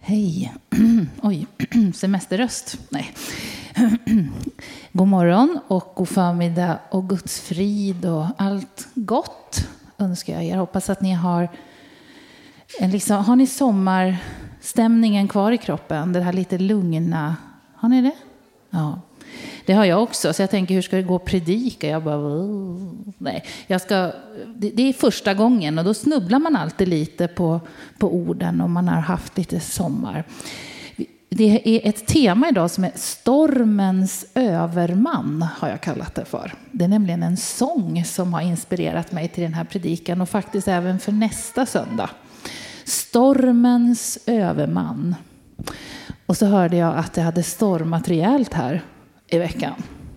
Hej. Oj, semesterröst. Nej. God morgon och god förmiddag och Guds frid och allt gott önskar jag er. Hoppas att ni har har ni sommarstämningen kvar i kroppen? Det här lite lugna. Har ni det? Ja. Det har jag också. Så jag tänker, hur ska det gå att predika? Jag bara, nej. Det är första gången och då snubblar man alltid lite på orden om man har haft lite sommar. Det är ett tema idag som är stormens överman, har jag kallat det för. Det är nämligen en sång som har inspirerat mig till den här predikan och faktiskt även för nästa söndag. Stormens överman. Och så hörde jag att det hade stormat rejält här i veckan.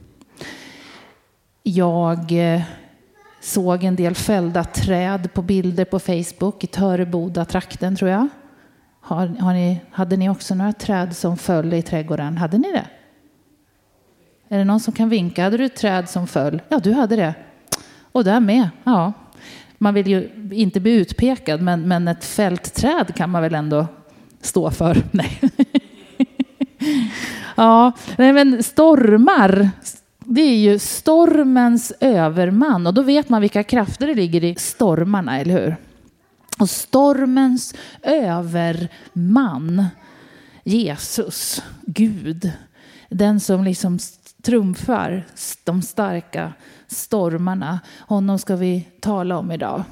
Jag såg en del fällda träd på bilder på Facebook i Töreboda-trakten, tror jag. Hade ni också några träd som föll i trädgården? Hade ni det? Är det någon som kan vinka? Hade du ett träd som föll? Ja, du hade det. Och där med. Ja. Man vill ju inte bli utpekad, men ett fältträd kan man väl ändå stå för. Nej. Ja, men stormar, det är ju stormens överman. Och då vet man vilka krafter det ligger i stormarna, eller hur? Och stormens överman, Jesus, Gud, den som liksom trumfar de starka stormarna. Honom ska vi tala om idag.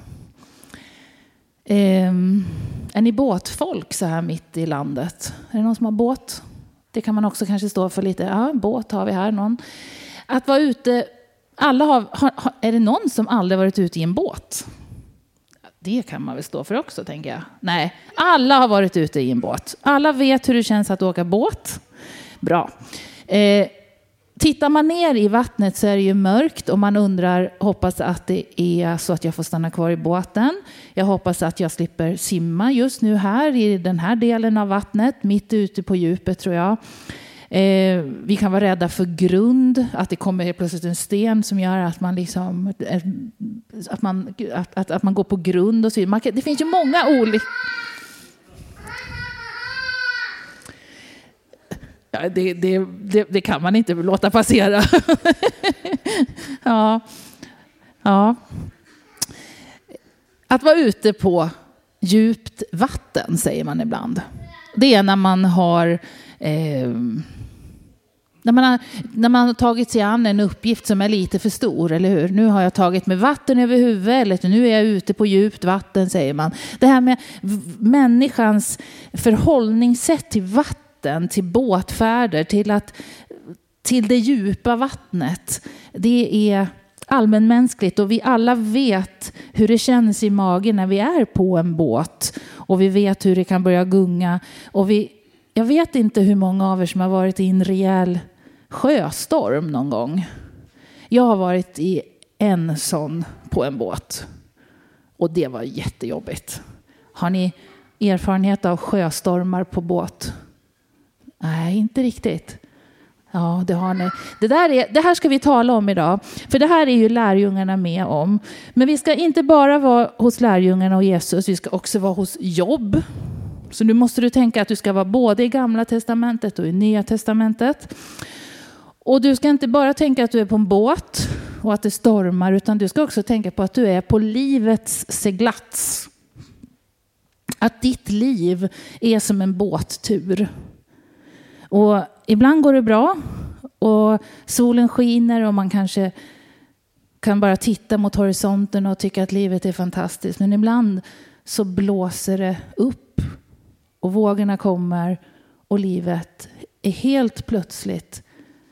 Är ni båtfolk så här mitt i landet? Är det någon som har båt? Det kan man också kanske stå för lite. Ja, båt har vi här. Någon. Att vara ute. Alla är det någon som aldrig varit ute i en båt? Det kan man väl stå för också, tänker jag. Nej, alla har varit ute i en båt. Alla vet hur det känns att åka båt. Bra. Tittar man ner i vattnet så är det ju mörkt och man hoppas att det är så att jag får stanna kvar i båten. Jag hoppas att jag slipper simma just nu här i den här delen av vattnet, mitt ute på djupet, tror jag. Vi kan vara rädda för grund, att det kommer plötsligt en sten som gör att man att man går på grund och så. Det finns ju många olika. Ja, det kan man inte låta passera. Ja. Att vara ute på djupt vatten, säger man ibland. Det är när man har när man har tagit sig an en uppgift som är lite för stor, eller hur? Nu har jag tagit mig vatten över huvudet, eller nu är jag ute på djupt vatten, säger man. Det här med människans förhållningssätt till vatten, till båtfärder, till det djupa vattnet. Det är allmänmänskligt och vi alla vet hur det känns i magen när vi är på en båt. Och vi vet hur det kan börja gunga. Och jag vet inte hur många av er som har varit i en rejäl sjöstorm någon gång. Jag har varit i en sån på en båt. Och det var jättejobbigt. Har ni erfarenhet av sjöstormar på båt? Nej, inte riktigt. Ja, det har ni. Det här ska vi tala om idag. För det här är ju lärjungarna med om. Men vi ska inte bara vara hos lärjungarna och Jesus. Vi ska också vara hos Jobb. Så nu måste du tänka att du ska vara både i Gamla testamentet och i Nya testamentet. Och du ska inte bara tänka att du är på en båt och att det stormar. Utan du ska också tänka på att du är på livets seglats. Att ditt liv är som en båttur. Och ibland går det bra och solen skiner och man kanske kan bara titta mot horisonten och tycka att livet är fantastiskt. Men ibland så blåser det upp och vågorna kommer och livet är helt plötsligt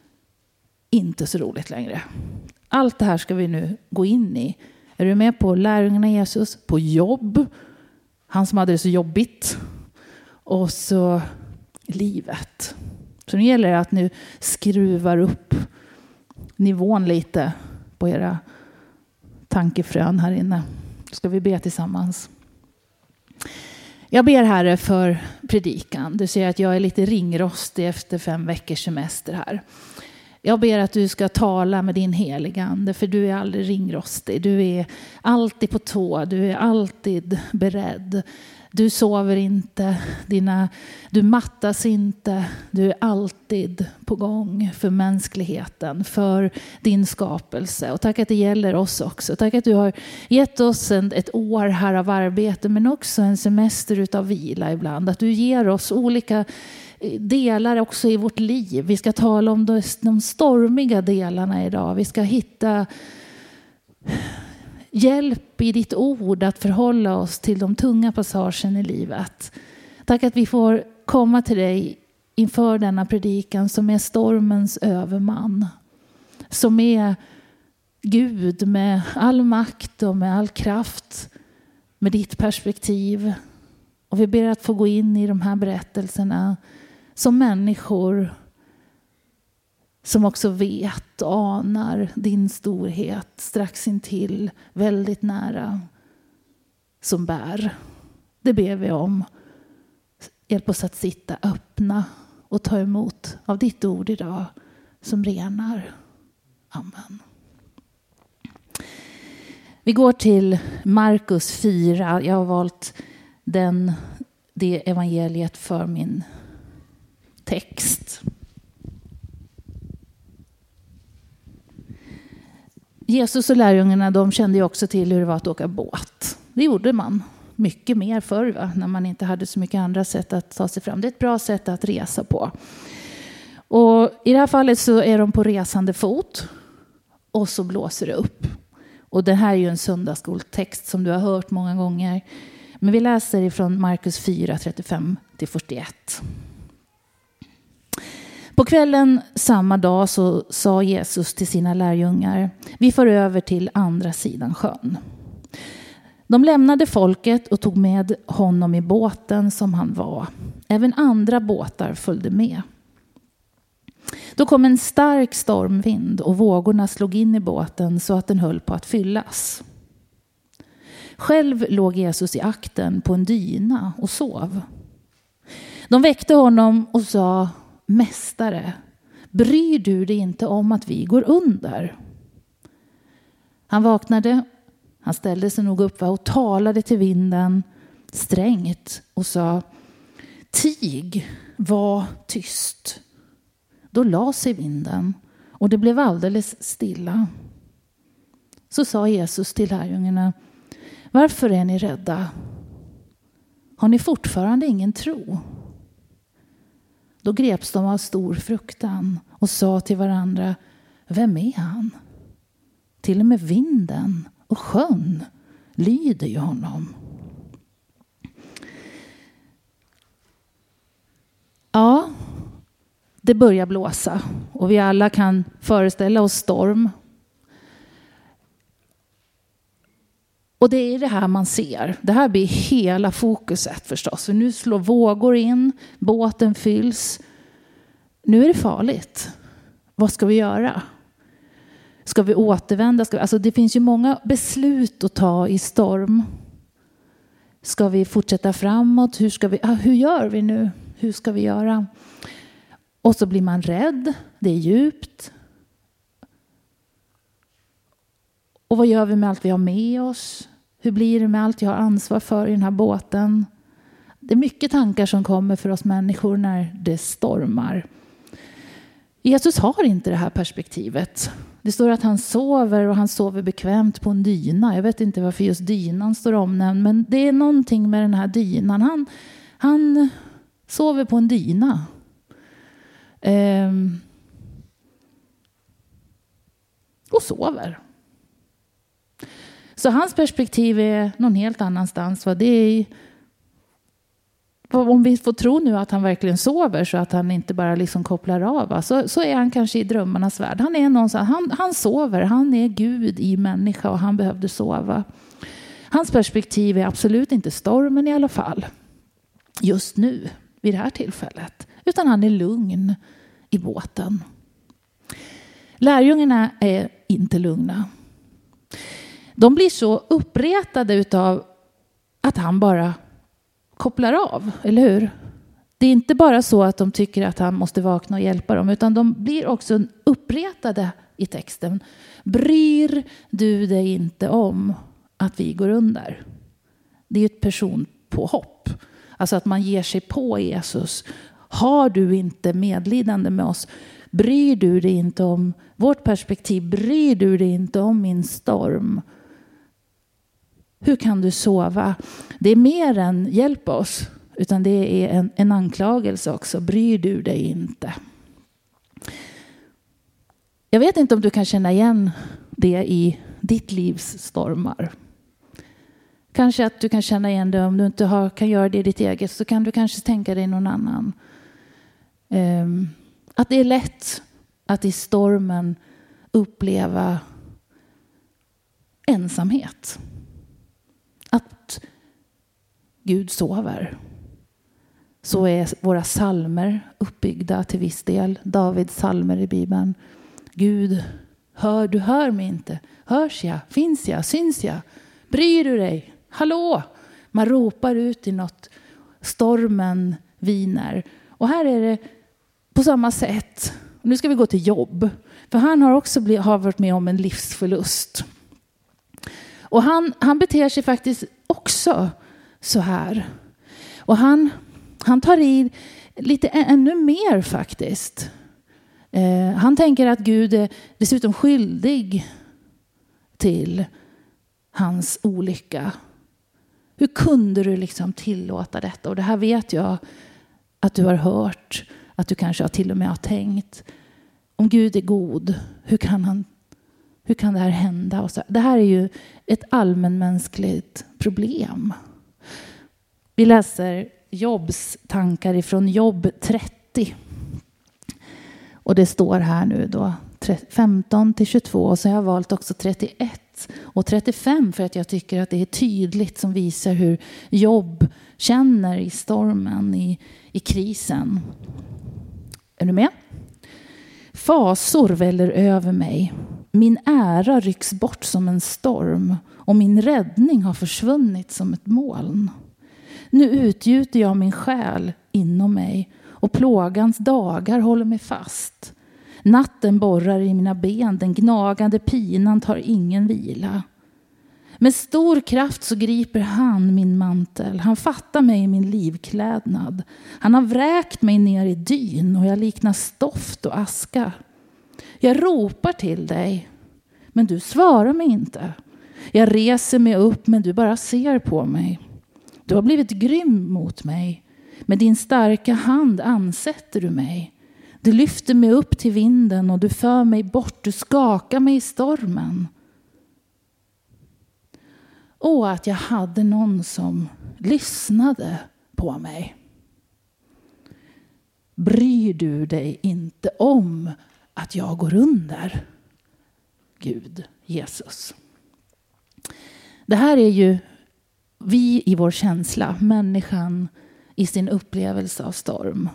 inte så roligt längre. Allt det här ska vi nu gå in i. Är du med på lärjungarna Jesus? På Jobb. Han som hade det så jobbigt. Och så livet. Så nu gäller det att nu skruvar upp nivån lite på era tankefrön här inne. Ska vi be tillsammans. Jag ber Herre för predikan. Du ser att jag är lite ringrostig efter 5 veckors semester här. Jag ber att du ska tala med din heliga ande, för du är aldrig ringrostig. Du är alltid på tå, du är alltid beredd. Du sover inte, du mattas inte, du är alltid på gång för mänskligheten, för din skapelse. Och tack att det gäller oss också. Tack att du har gett oss ett år här av arbete, men också en semester utav vila ibland. Att du ger oss olika delar också i vårt liv. Vi ska tala om de stormiga delarna idag. Vi ska hitta hjälp i ditt ord att förhålla oss till de tunga passagen i livet. Tack att vi får komma till dig inför denna predikan som är stormens överman. Som är Gud med all makt och med all kraft. Med ditt perspektiv. Och vi ber att få gå in i de här berättelserna som människor som också vet och anar din storhet strax intill, väldigt nära, som bär. Det ber vi om. Hjälp oss att sitta öppna och ta emot av ditt ord idag som renar. Amen. Vi går till Markus 4. Jag har valt det evangeliet för min text. Jesus och lärjungarna, de kände ju också till hur det var att åka båt. Det gjorde man mycket mer förr, när man inte hade så mycket andra sätt att ta sig fram. Det är ett bra sätt att resa på. Och i det här fallet så är de på resande fot och så blåser det upp. Och det här är ju en söndagsskoltext som du har hört många gånger. Men vi läser ifrån Markus 4, 35-41. På kvällen samma dag så sa Jesus till sina lärjungar: vi får över till andra sidan sjön. De lämnade folket och tog med honom i båten som han var. Även andra båtar följde med. Då kom en stark stormvind och vågorna slog in i båten så att den höll på att fyllas. Själv låg Jesus i akten på en dyna och sov. De väckte honom och sa: Mästare, bryr du dig inte om att vi går under? Han vaknade, han ställde sig nog upp och talade till vinden strängt och sa: tig, var tyst. Då la sig vinden och det blev alldeles stilla. Så sa Jesus till lärjungarna: varför är ni rädda? Har ni fortfarande ingen tro? Då greps de av stor fruktan och sa till varandra: vem är han? Till och med vinden och sjön lyder ju honom. Ja, det börjar blåsa och vi alla kan föreställa oss storm. Och det är det här man ser. Det här blir hela fokuset förstås. För nu slår vågor in, båten fylls. Nu är det farligt. Vad ska vi göra? Ska vi återvända? Alltså det finns ju många beslut att ta i storm. Ska vi fortsätta framåt? Hur gör vi nu? Hur ska vi göra? Och så blir man rädd. Det är djupt. Och vad gör vi med allt vi har med oss? Hur blir det med allt jag har ansvar för i den här båten? Det är mycket tankar som kommer för oss människor när det stormar. Jesus har inte det här perspektivet. Det står att han sover och han sover bekvämt på en dyna. Jag vet inte varför just dynan står omnämnd, men det är någonting med den här dynan. Han sover på en dyna. Och sover. Så hans perspektiv är någon helt annanstans. Det är, om vi får tro nu att han verkligen sover så att han inte bara liksom kopplar av. Så är han kanske i drömmarnas värld. Han är någonstans, han sover. Han är Gud i människa och han behövde sova. Hans perspektiv är absolut inte stormen i alla fall. Just nu, vid det här tillfället. Utan han är lugn i båten. Lärjungarna är inte lugna. De blir så uppretade utav att han bara kopplar av, eller hur? Det är inte bara så att de tycker att han måste vakna och hjälpa dem, utan de blir också uppretade i texten. Bryr du dig inte om att vi går under? Det är ett personpåhopp. Alltså att man ger sig på Jesus. Har du inte medlidande med oss? Bryr du dig inte om vårt perspektiv? Bryr du dig inte om min storm? Hur kan du sova? Det är mer än hjälp oss. Utan det är en anklagelse också. Bryr du dig inte? Jag vet inte om du kan känna igen det i ditt livs stormar. Kanske att du kan känna igen det. Om du inte kan göra det i ditt eget, så kan du kanske tänka dig någon annan. Att det är lätt att i stormen uppleva ensamhet. Att Gud sover. Så är våra psalmer uppbyggda till viss del. Davids psalmer i Bibeln. Gud, du hör mig inte. Hörs jag? Finns jag? Syns jag? Bryr du dig? Hallå? Man ropar ut i något. Stormen viner. Och här är det på samma sätt. Nu ska vi gå till Jobb. För han har också varit med om en livsförlust. Och han beter sig faktiskt också så här. Och han tar i lite ännu mer faktiskt. Han tänker att Gud är dessutom skyldig till hans olycka. Hur kunde du liksom tillåta detta? Och det här vet jag att du har hört. Att du kanske till och med har tänkt. Om Gud är god, hur kan det här hända? Och så, det här är ju ett allmänmänskligt problem. Vi läser Jobbs tankar ifrån Jobb 30. Och det står här nu då 15-22. Och så har jag valt också 31 och 35. För att jag tycker att det är tydligt som visar hur Jobb känner i stormen, i krisen. Är du med? Fasor väller över mig. Min ära rycks bort som en storm. Och min räddning har försvunnit som ett moln. Nu utgjuter jag min själ inom mig. Och plågans dagar håller mig fast. Natten borrar i mina ben. Den gnagande pinan tar ingen vila. Med stor kraft så griper han min mantel. Han fattar mig i min livklädnad. Han har vräkt mig ner i dyn och jag liknar stoft och aska. Jag ropar till dig, men du svarar mig inte. Jag reser mig upp, men du bara ser på mig. Du har blivit grym mot mig. Med din starka hand ansätter du mig. Du lyfter mig upp till vinden och du för mig bort. Du skakar mig i stormen. Och att jag hade någon som lyssnade på mig. Bryr du dig inte om att jag går under? Gud, Jesus. Det här är ju vi i vår känsla, människan i sin upplevelse av storm.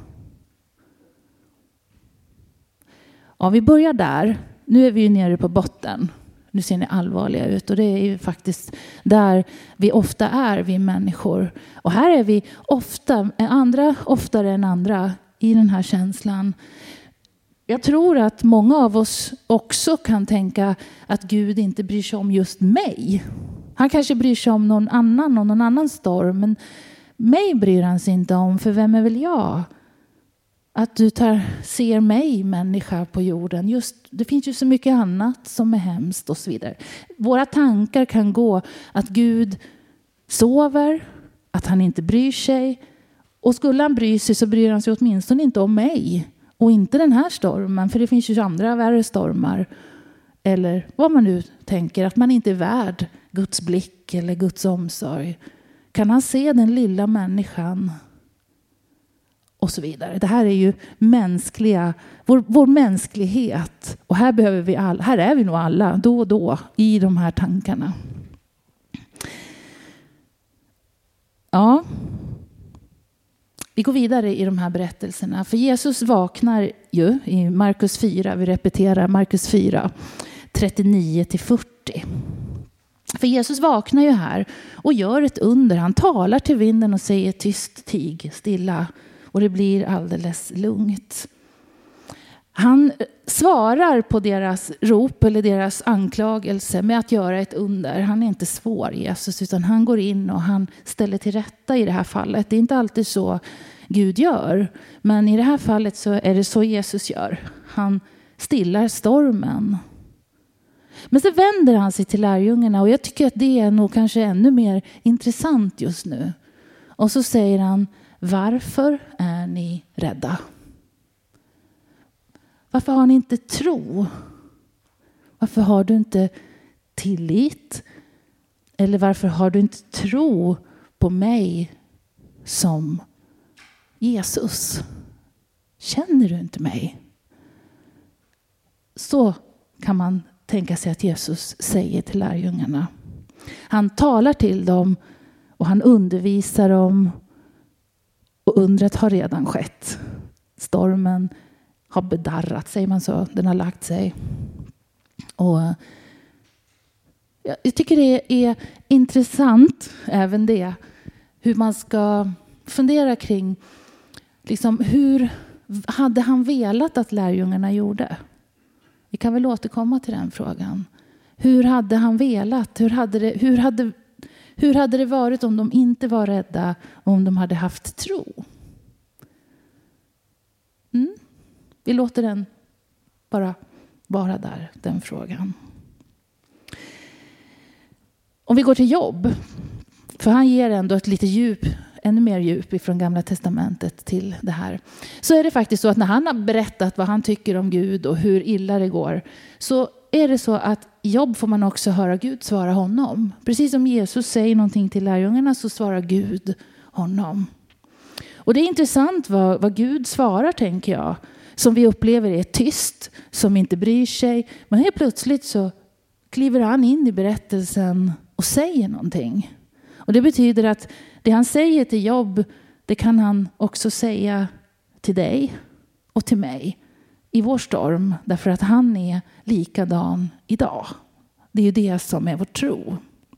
Ja, vi börjar där. Nu är vi ju nere på botten. Nu ser ni allvarliga ut och det är ju faktiskt där vi ofta är, vi människor. Och här är vi oftare än andra i den här känslan. Jag tror att många av oss också kan tänka att Gud inte bryr sig om just mig. Han kanske bryr sig om någon annan och någon annan storm, men mig bryr han sig inte om, för vem är väl jag? Att du ser mig, människa på jorden. Det finns ju så mycket annat som är hemskt och så vidare. Våra tankar kan gå att Gud sover, att han inte bryr sig. Och skulle han bry sig så bryr han sig åtminstone inte om mig. Och inte den här stormen, för det finns ju andra värre stormar. Eller vad man nu tänker, att man inte är värd Guds blick eller Guds omsorg. Kan han se den lilla människan? Och så vidare. Det här är ju vår mänsklighet. Och här är vi nog alla då och då i de här tankarna. Ja. Vi går vidare i de här berättelserna. För Jesus vaknar ju i Markus 4. Vi repeterar Markus 4, 39-40. För Jesus vaknar ju här och gör ett under. Han talar till vinden och säger tyst, tig, stilla. Och det blir alldeles lugnt. Han svarar på deras rop eller deras anklagelse med att göra ett under. Han är inte svår, Jesus, utan han går in och han ställer till rätta i det här fallet. Det är inte alltid så Gud gör, men i det här fallet så är det så Jesus gör. Han stillar stormen. Men så vänder han sig till lärjungarna, och jag tycker att det är nog kanske ännu mer intressant just nu. Och så säger han: varför är ni rädda? Varför har ni inte tro? Varför har du inte tillit? Eller varför har du inte tro på mig som Jesus? Känner du inte mig? Så kan man tänka sig att Jesus säger till lärjungarna. Han talar till dem och han undervisar dem, och undret har redan skett. Stormen har bedarrat, säger man så. Den har lagt sig. Och jag tycker det är intressant även det. Hur man ska fundera kring liksom, hur hade han velat att lärjungarna gjorde? Vi kan väl återkomma till den frågan. Hur hade han velat? Hur hade det varit om de inte var rädda, om de hade haft tro? Vi låter den bara vara där, den frågan. Om vi går till Jobb, för han ger ändå ett lite djup, ännu mer djup ifrån Gamla testamentet till det här. Så är det faktiskt så att när han har berättat vad han tycker om Gud och hur illa det går, så är det så att i Jobb får man också höra Gud svara honom. Precis som Jesus säger någonting till lärjungarna, så svarar Gud honom. Och det är intressant vad Gud svarar, tänker jag. Som vi upplever är tyst, som inte bryr sig. Men helt plötsligt så kliver han in i berättelsen och säger någonting. Och det betyder att det han säger till Jobb, det kan han också säga till dig och till mig i vår storm. Därför att han är likadan idag. Det är ju det som är vår tro.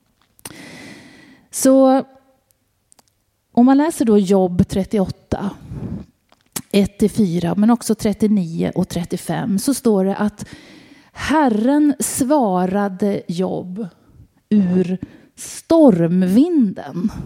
Så om man läser då Jobb 38, 1-4, men också 39 och 35, så står det att Herren svarade Jobb ur stormvinden.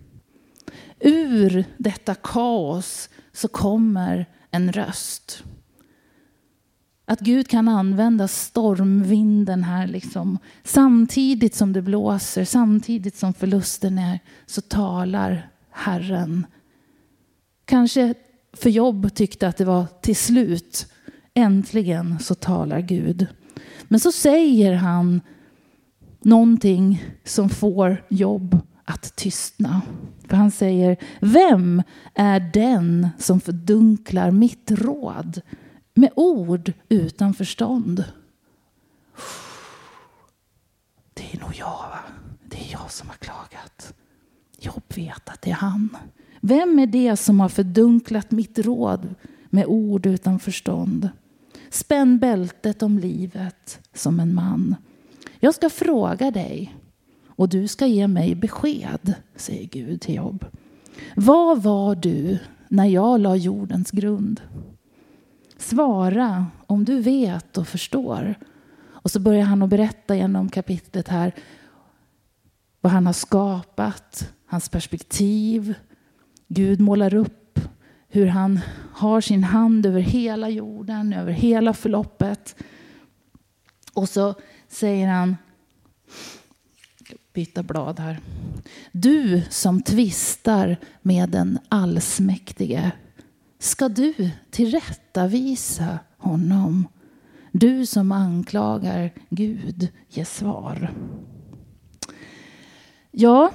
Ur detta kaos så kommer en röst. Att Gud kan använda stormvinden här liksom. Samtidigt som det blåser, samtidigt som förlusten är, så talar Herren. Kanske för Jobb tyckte att det var till slut. Äntligen så talar Gud. Men så säger han någonting som får Jobb att tystna. För han säger: vem är den som fördunklar mitt råd med ord utan förstånd? Det är nog jag, va? Det är jag som har klagat. Jobb vet att det är han. Vem är det som har fördunklat mitt råd med ord utan förstånd? Spänn bältet om livet som en man. Jag ska fråga dig och du ska ge mig besked, säger Gud till Jobb. Vad var du när jag la jordens grund? Svara om du vet och förstår. Och så börjar han att berätta genom kapitlet här vad han har skapat, hans perspektiv. Gud målar upp hur han har sin hand över hela jorden, över hela förloppet. Och så säger han, byta blad här. Du som tvistar med den allsmäktige, ska du tillrättavisa honom? Du som anklagar Gud, ge svar. Ja,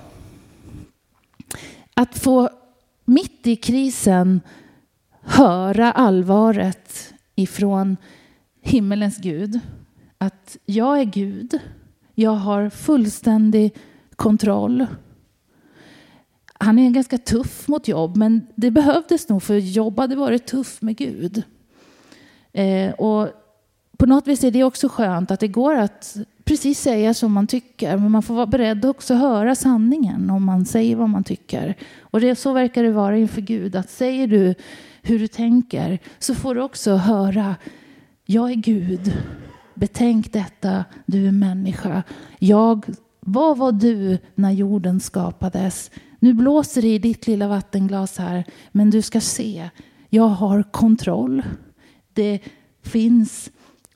att få mitt i krisen höra allvaret ifrån himmelens Gud. Att jag är Gud. Jag har fullständig kontroll. Han är ganska tuff mot Jobb, men det behövdes nog, för Jobb hade varit tuff med Gud. Och på något vis är det också skönt att det går att precis säga som man tycker, men man får vara beredd att också höra sanningen om man säger vad man tycker. Och så verkar det vara inför Gud, att säger du hur du tänker, så får du också höra Jag är Gud. Betänk detta, du är människa. Vad var du när jorden skapades? Nu blåser det i ditt lilla vattenglas här. Men du ska se, jag har kontroll. Det finns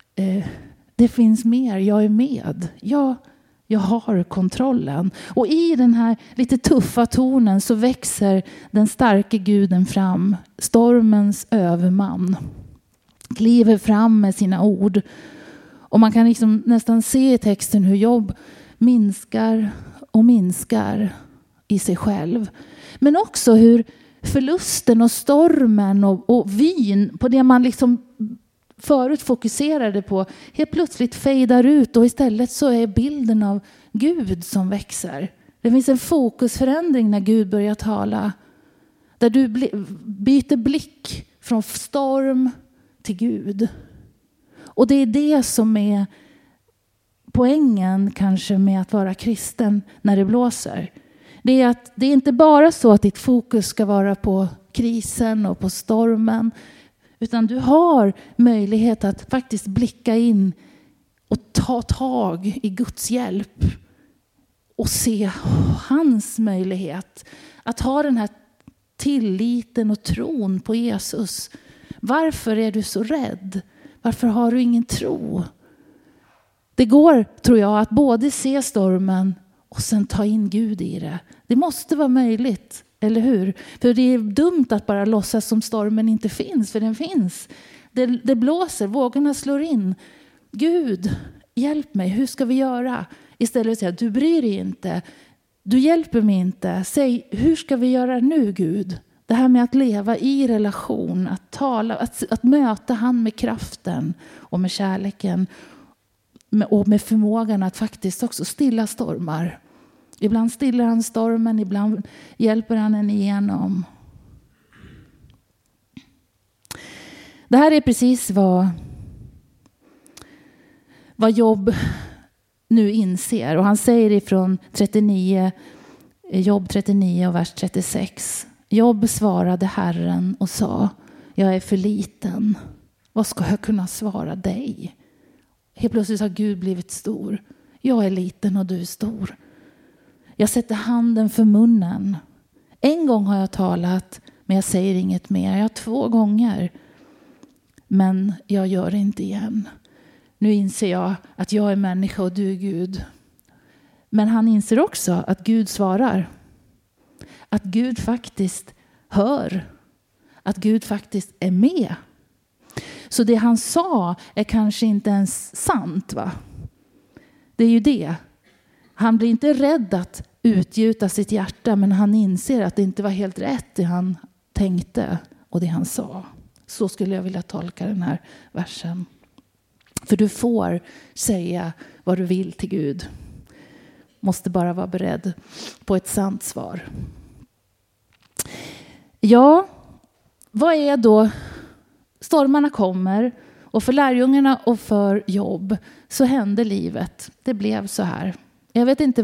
mer, jag är med. Jag har kontrollen. Och i den här lite tuffa tonen så växer den starke guden fram. Stormens överman. Kliver fram med sina ord. Och man kan liksom nästan se i texten hur Jobb minskar och minskar i sig själv. Men också hur förlusten och stormen och vyn på det man liksom förut fokuserade på helt plötsligt fejdar ut och istället så är bilden av Gud som växer. Det finns en fokusförändring när Gud börjar tala. Där du byter blick från storm till Gud. Och det är det som är poängen kanske med att vara kristen när det blåser. Det är att det är inte bara så att ditt fokus ska vara på krisen och på stormen. Utan du har möjlighet att faktiskt blicka in och ta tag i Guds hjälp. Och se hans möjlighet att ha den här tilliten och tron på Jesus. Varför är du så rädd? Varför har du ingen tro? Det går, tror jag, att både se stormen och sen ta in Gud i det. Det måste vara möjligt, eller hur? För det är dumt att bara låtsas som stormen inte finns, för den finns. Det blåser, vågorna slår in. Gud, hjälp mig, hur ska vi göra? Istället för att säga, du bryr dig inte. Du hjälper mig inte. Säg, hur ska vi göra nu, Gud? Det här med att leva i relation, att tala, att möta han med kraften och med kärleken och med förmågan att faktiskt också stilla stormar. Ibland stillar han stormen, ibland hjälper han en igenom. Det här är precis vad Jobb nu inser. Och han säger ifrån Jobb 39 och vers 36. Jobb svarade Herren och sa, jag är för liten. Vad ska jag kunna svara dig? Helt plötsligt har Gud blivit stor. Jag är liten och du är stor. Jag sätter handen för munnen. En gång har jag talat, men jag säger inget mer. Jag har 2 gånger. Men jag gör det inte igen. Nu inser jag att jag är människa och du är Gud. Men han inser också att Gud svarar. Att Gud faktiskt hör. Att Gud faktiskt är med. Så det han sa är kanske inte ens sant, va? Det är ju det. Han blir inte rädd att utgjuta sitt hjärta, men han inser att det inte var helt rätt det han tänkte och det han sa. Så skulle jag vilja tolka den här versen. För du får säga vad du vill till Gud. Måste bara vara beredd på ett sant svar. Ja, vad är då? Stormarna kommer och för lärjungarna och för Jobb så hände livet. Det blev så här. Jag vet inte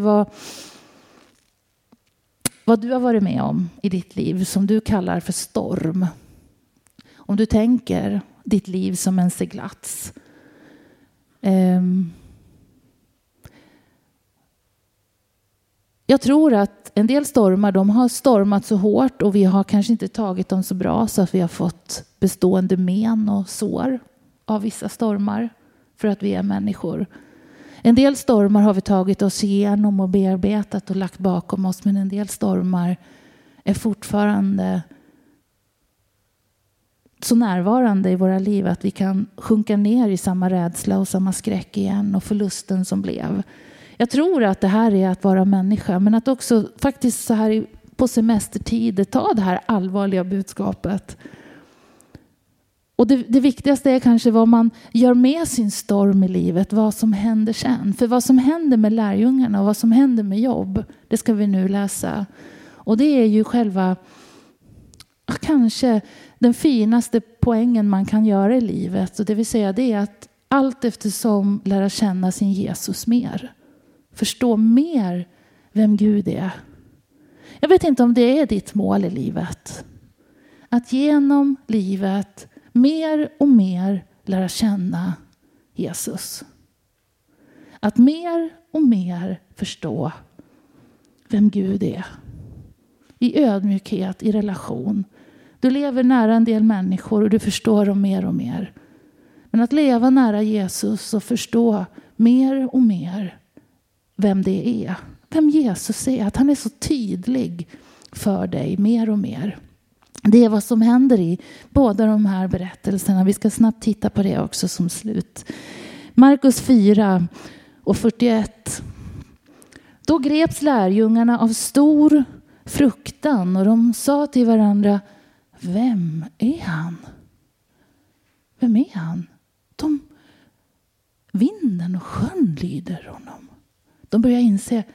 vad du har varit med om i ditt liv som du kallar för storm. Om du tänker ditt liv som en seglats. Jag tror att en del stormar, de har stormat så hårt och vi har kanske inte tagit dem så bra så att vi har fått bestående men och sår av vissa stormar för att vi är människor. En del stormar har vi tagit oss igenom och bearbetat och lagt bakom oss, men en del stormar är fortfarande så närvarande i våra liv att vi kan sjunka ner i samma rädsla och samma skräck igen och förlusten som blev. Jag tror att det här är att vara människa, men att också faktiskt så här på semestertid ta det här allvarliga budskapet. Och det viktigaste är kanske vad man gör med sin storm i livet, vad som händer sen. För vad som händer med lärjungarna och vad som händer med Jobb, det ska vi nu läsa. Och det är ju själva kanske den finaste poängen man kan göra i livet. Och det vill säga det är att allt eftersom lära känna sin Jesus mer. Förstå mer vem Gud är. Jag vet inte om det är ditt mål i livet. Att genom livet mer och mer lära känna Jesus. Att mer och mer förstå vem Gud är. I ödmjukhet, i relation. Du lever nära en del människor och du förstår dem mer och mer. Men att leva nära Jesus och förstå mer och mer vem det är. Vem Jesus är. Att han är så tydlig för dig mer och mer. Det är vad som händer i båda de här berättelserna. Vi ska snabbt titta på det också som slut. Markus 4 och 41. Då greps lärjungarna av stor fruktan och de sa till varandra: vem är han? Vem är han? Vinden och sjön lyder honom. De börjar inse.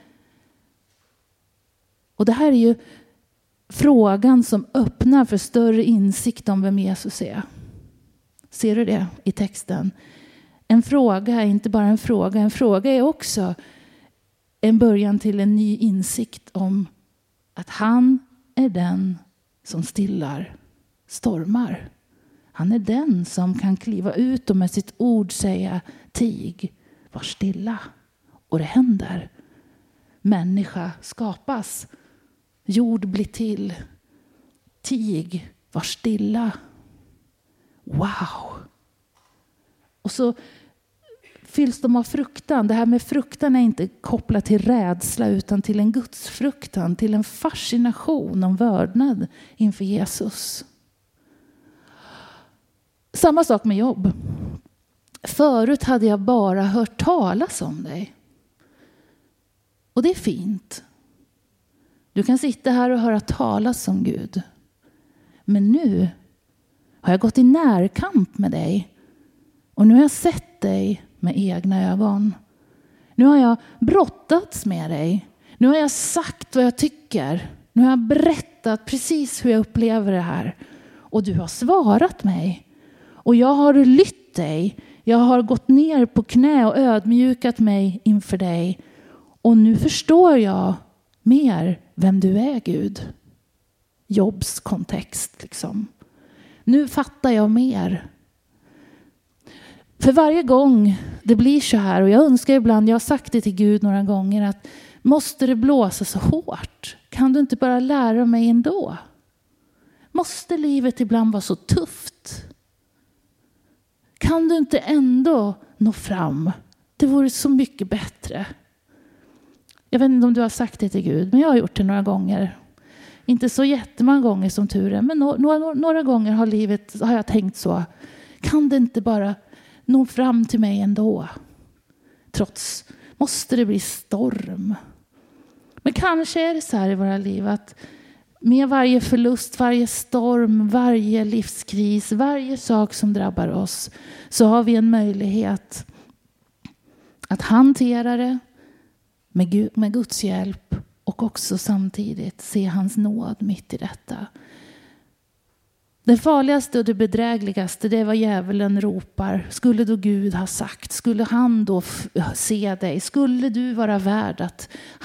Och det här är ju frågan som öppnar för större insikt om vem Jesus är. Ser du det i texten? En fråga är inte bara en fråga. En fråga är också en början till en ny insikt om att han är den som stillar stormar. Han är den som kan kliva ut och med sitt ord säga: tig, var stilla. Och det händer. Människa skapas. Jord blir till. Tig, var stilla. Wow. Och så fylls de av fruktan. Det här med fruktan är inte kopplat till rädsla utan till en gudsfruktan, till en fascination och vördnad inför Jesus. Samma sak med jobb. Förut hade jag bara hört talas om dig. Och det är fint. Du kan sitta här och höra talas om Gud. Men nu har jag gått i närkamp med dig. Och nu har jag sett dig med egna ögon. Nu har jag brottats med dig. Nu har jag sagt vad jag tycker. Nu har jag berättat precis hur jag upplever det här. Och du har svarat mig. Och jag har lytt dig. Jag har gått ner på knä och ödmjukat mig inför dig. Och nu förstår jag mer vem du är, Gud. Jobbs kontext liksom. Nu fattar jag mer. För varje gång det blir så här, och jag önskar ibland, jag har sagt det till Gud några gånger, att måste det blåsa så hårt? Kan du inte bara lära mig ändå? Måste livet ibland vara så tufft? Kan du inte ändå nå fram? Det vore så mycket bättre. Jag vet inte om du har sagt det till Gud, men jag har gjort det några gånger. Inte så jättemånga gånger som tur är, men några gånger har jag tänkt så. Kan det inte bara nå fram till mig ändå? Trots måste det bli storm. Men kanske är det så här i våra liv att med varje förlust, varje storm, varje livskris, varje sak som drabbar oss, så har vi en möjlighet att hantera det med Guds hjälp och också samtidigt se hans nåd mitt i detta. Det farligaste och det bedrägligaste, det är vad djävulen ropar. Skulle då Gud ha sagt? Skulle han då se dig? Skulle du vara värd att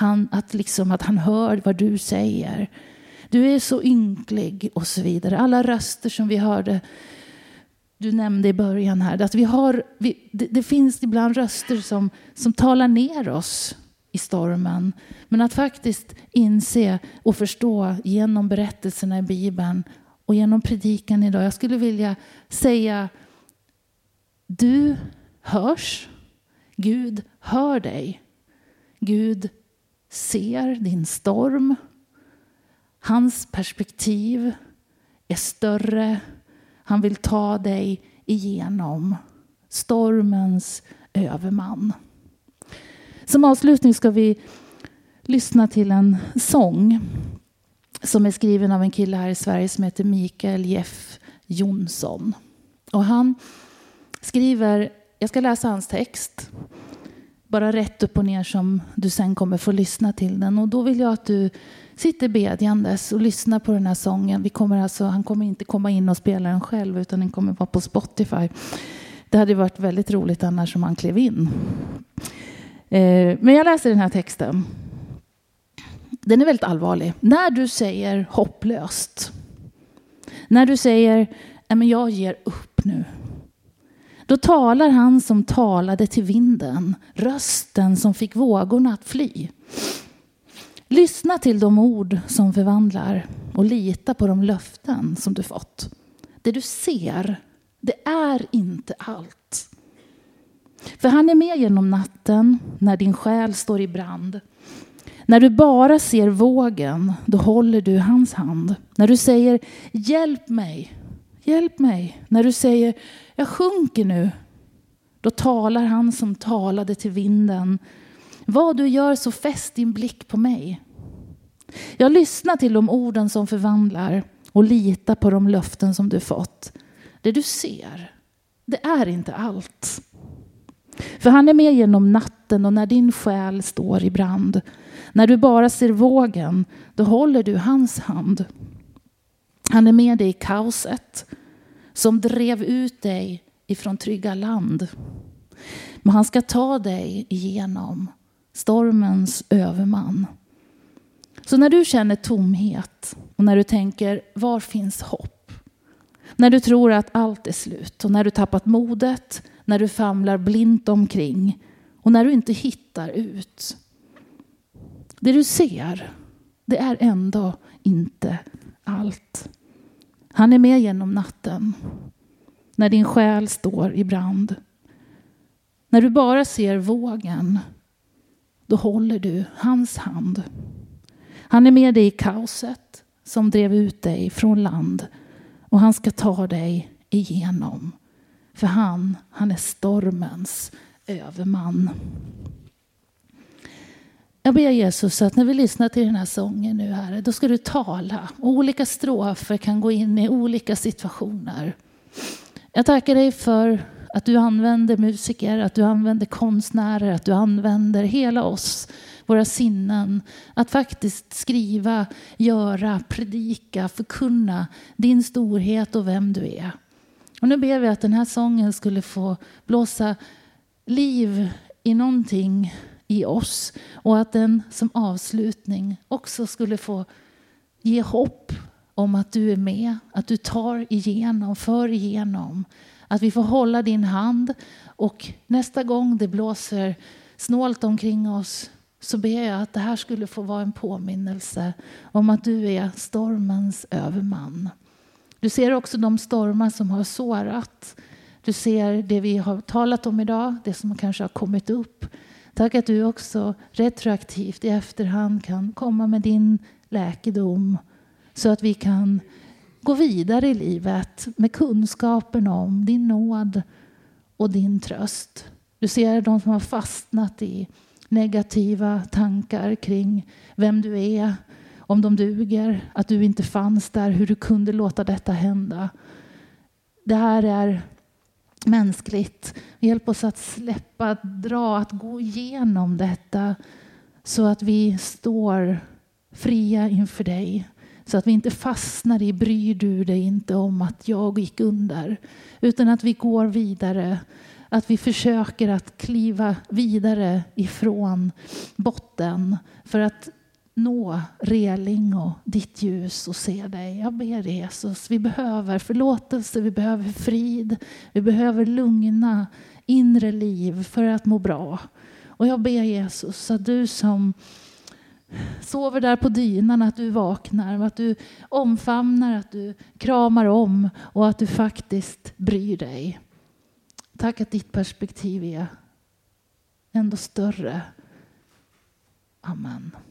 han hör vad du säger? Du är så ynklig och så vidare. Alla röster som vi hörde, du nämnde i början här, att det finns ibland röster som talar ner oss i stormen. Men att faktiskt inse och förstå genom berättelserna i Bibeln och genom predikan idag. Jag skulle vilja säga: du hörs. Gud hör dig. Gud ser din storm. Hans perspektiv är större. Han vill ta dig igenom stormens överman. Som avslutning ska vi lyssna till en sång som är skriven av en kille här i Sverige som heter Mikael Jeff Jonsson. Och han skriver, jag ska läsa hans text, bara rätt upp och ner som du sen kommer få lyssna till den. Och då vill jag att du sitter bedjandes och lyssnar på den här sången. Han kommer inte komma in och spela den själv, utan den kommer vara på Spotify. Det hade varit väldigt roligt annars om han klev in. Men jag läser den här texten. Den är väldigt allvarlig. När du säger hopplöst. När du säger, men jag ger upp nu. Då talar han som talade till vinden, rösten som fick vågorna att fly. Lyssna till de ord som förvandlar och lita på de löften som du fått. Det du ser, det är inte allt. För han är med genom natten när din själ står i brand. När du bara ser vågen, då håller du hans hand. När du säger hjälp mig, hjälp mig. När du säger jag sjunker nu, då talar han som talade till vinden. Vad du gör så fäst din blick på mig. Jag lyssnar till de orden som förvandlar och litar på de löften som du fått. Det du ser, det är inte allt. För han är med genom natten och när din själ står i brand. När du bara ser vågen, då håller du hans hand. Han är med dig i kaoset som drev ut dig ifrån trygga land. Men han ska ta dig igenom stormens överman. Så när du känner tomhet och när du tänker var finns hopp? När du tror att allt är slut och när du tappat modet, när du famlar blint omkring och när du inte hittar ut. Det du ser, det är ändå inte allt. Han är med genom natten när din själ står i brand. När du bara ser vågen, då håller du hans hand. Han är med dig i kaoset som drev ut dig från land. Och han ska ta dig igenom. För han är stormens överman. Jag ber Jesus att när vi lyssnar till den här sången nu här, då ska du tala. Och olika strofer kan gå in i olika situationer. Jag tackar dig för att du använder musiker, att du använder konstnärer, att du använder hela oss, våra sinnen, att faktiskt skriva, göra, predika, förkunna din storhet och vem du är. Och nu ber vi att den här sången skulle få blåsa liv i någonting i oss och att den som avslutning också skulle få ge hopp om att du är med, att du tar igenom, för igenom, att vi får hålla din hand och nästa gång det blåser snålt omkring oss så ber jag att det här skulle få vara en påminnelse om att du är stormens överman. Du ser också de stormar som har sårat. Du ser det vi har talat om idag, det som kanske har kommit upp. Tack att du också retroaktivt i efterhand kan komma med din läkedom så att vi kan gå vidare i livet med kunskapen om din nåd och din tröst. Du ser de som har fastnat i negativa tankar kring vem du är, om de duger, att du inte fanns där, hur du kunde låta detta hända. Det här är mänskligt. Hjälp oss att släppa, att dra, att gå igenom detta så att vi står fria inför dig. Så att vi inte fastnar i bryr du dig inte om att jag gick under. Utan att vi går vidare. Att vi försöker att kliva vidare ifrån botten. För att nå reling och ditt ljus och se dig. Jag ber Jesus, vi behöver förlåtelse, vi behöver frid. Vi behöver lugna inre liv för att må bra. Och jag ber Jesus att du som sover där på dynan, att du vaknar, att du omfamnar, att du kramar om och att du faktiskt bryr dig. Tack att ditt perspektiv är ändå större. Amen.